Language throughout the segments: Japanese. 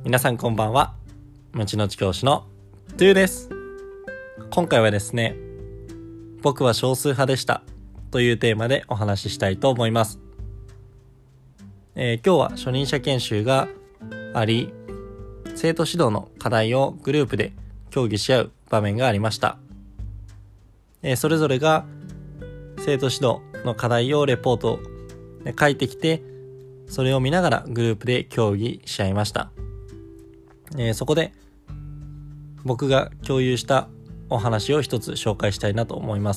皆さんこんばんは。後々教師のトゥーです。今回はですね、僕は少数派でしたというテーマでお話ししたいと思います。今日は初任者研修があり、生徒指導の課題をグループで協議し合う場面がありました。それぞれが生徒指導の課題をレポートで書いてきて、それを見ながらグループで協議し合いました。そこで僕が共有したお話を一つ紹介したいなと思います。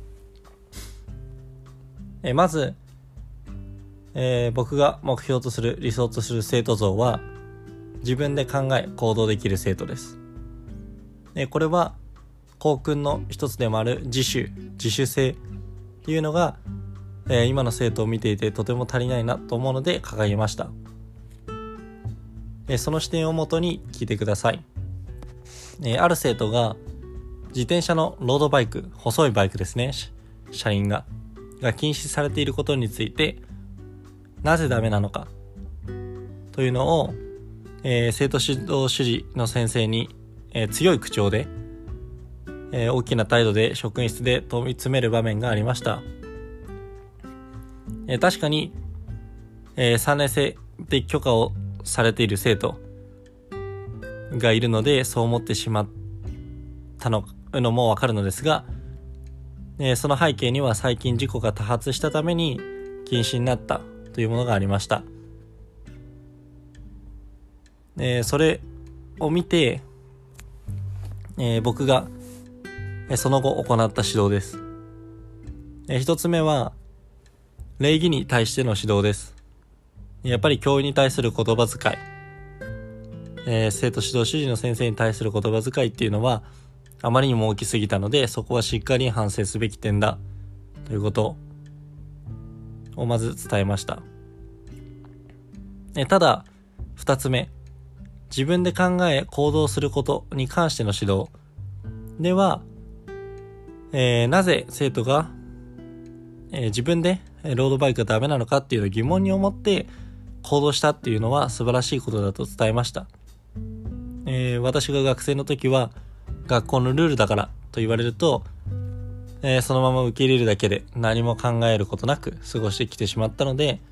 まず、僕が目標とする理想とする生徒像は自分で考え行動できる生徒です。これは校訓の一つでもある自主性っていうのが、今の生徒を見ていてとても足りないなと思うので掲げました。その視点をもとに聞いてください。ある生徒が自転車のロードバイク、細いバイクですね、車輪が禁止されていることについてなぜダメなのかというのを、生徒指導主事の先生に、強い口調で、大きな態度で職員室で問い詰める場面がありました。確かに、3年生で許可をされている生徒がいるのでそう思ってしまったのもわかるのですが、その背景には最近事故が多発したために禁止になったというものがありました。それを見て、僕がその後行った指導です。一つ目は礼儀に対しての指導です。やっぱり教員に対する言葉遣い、生徒指導主事の先生に対する言葉遣いっていうのはあまりにも大きすぎたので、そこはしっかり反省すべき点だということをまず伝えました。ただ二つ目、自分で考え行動することに関しての指導では、なぜ生徒が、自分でロードバイクがダメなのかっていうのを疑問に思って行動したっていうのは素晴らしいことだと伝えました。私が学生の時は学校のルールだからと言われると、そのまま受け入れるだけで何も考えることなく過ごしてきてしまったので、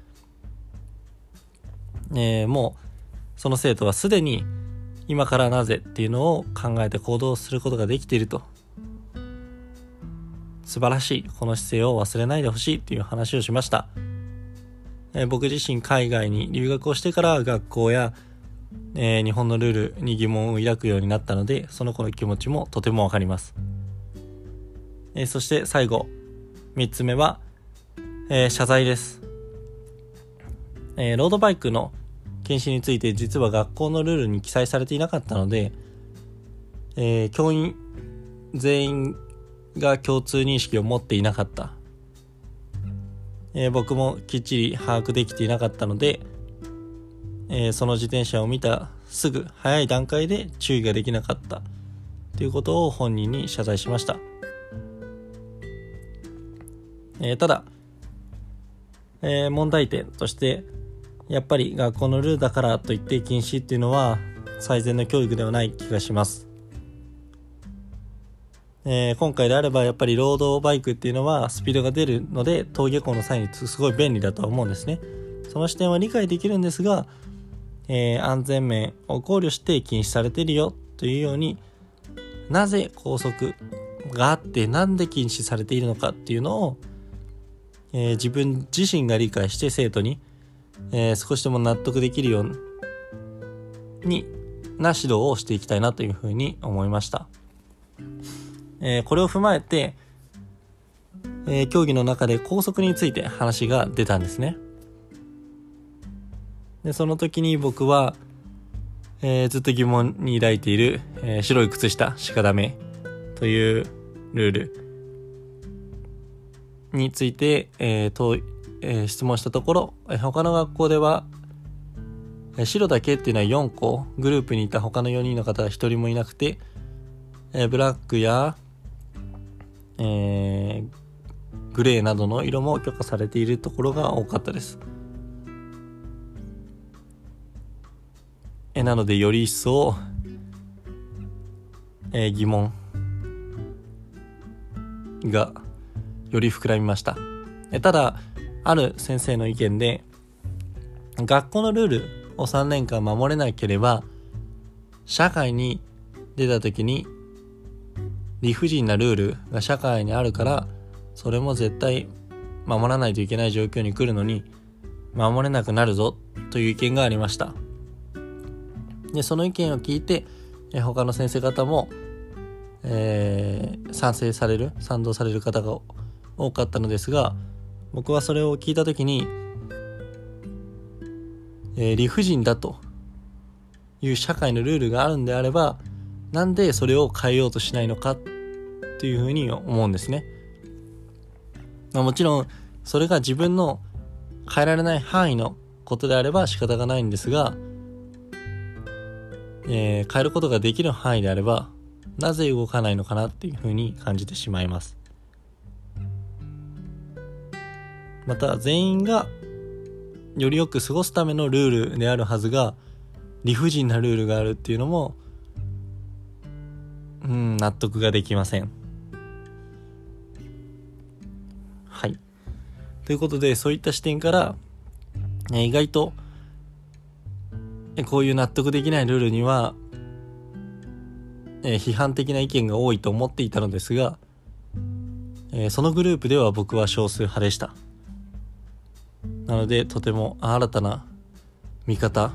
もうその生徒はすでに今からなぜっていうのを考えて行動することができていると、素晴らしい、この姿勢を忘れないでほしいという話をしました。僕自身海外に留学をしてから学校や、日本のルールに疑問を抱くようになったので、その子の気持ちもとてもわかります。そして最後3つ目は、謝罪です。ロードバイクの禁止について実は学校のルールに記載されていなかったので、教員全員が共通認識を持っていなかった。僕もきっちり把握できていなかったので、その自転車を見たすぐ早い段階で注意ができなかったということを本人に謝罪しました。ただ、問題点としてやっぱり学校のルールだからといって禁止っていうのは最善の教育ではない気がします。今回であればやっぱりロードバイクっていうのはスピードが出るので登下校の際にすごい便利だとは思うんですね。その視点は理解できるんですが、安全面を考慮して禁止されているよというように、なぜ校則があってなんで禁止されているのかっていうのを、自分自身が理解して生徒に、少しでも納得できるような指導をしていきたいなというふうに思いました。これを踏まえて、協議の中で校則について話が出たんですね。でその時に僕は、ずっと疑問に抱いている、白い靴下しかダメというルールについて、質問したところ、他の学校では白だけっていうのは4校、グループにいた他の4人の方は1人もいなくて、ブラックやグレーなどの色も許可されているところが多かったです。 なのでより一層、疑問がより膨らみました。ただある先生の意見で、学校のルールを3年間守れなければ社会に出た時に理不尽なルールが社会にあるから、それも絶対守らないといけない状況に来るのに守れなくなるぞという意見がありました。でその意見を聞いて他の先生方も、賛同される方が多かったのですが、僕はそれを聞いたときに、理不尽だという社会のルールがあるんであれば、なんでそれを変えようとしないのかというふうに思うんですね。もちろんそれが自分の変えられない範囲のことであれば仕方がないんですが、変えることができる範囲であればなぜ動かないのかなっていうふうに感じてしまいます。また全員がよりよく過ごすためのルールであるはずが、理不尽なルールがあるっていうのも納得ができません。はい、ということで、そういった視点から、意外とこういう納得できないルールには、批判的な意見が多いと思っていたのですが、そのグループでは僕は少数派でした。なのでとても新たな見方、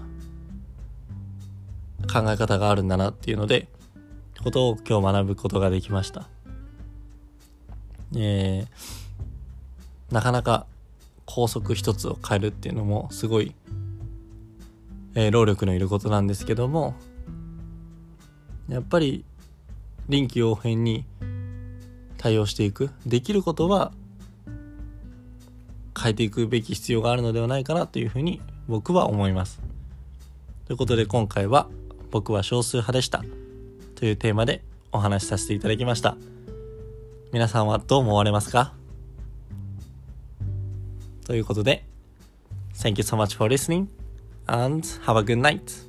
考え方があるんだなっていうのでことを今日学ぶことができました。なかなか校則一つを変えるっていうのもすごい、労力のいることなんですけども、やっぱり臨機応変に対応していく、できることは変えていくべき必要があるのではないかなというふうに僕は思います。ということで今回は僕は少数派でしたというテーマでお話しさせていただきました。皆さんはどう思われますか？ということで Thank you so much for listening and have a good night.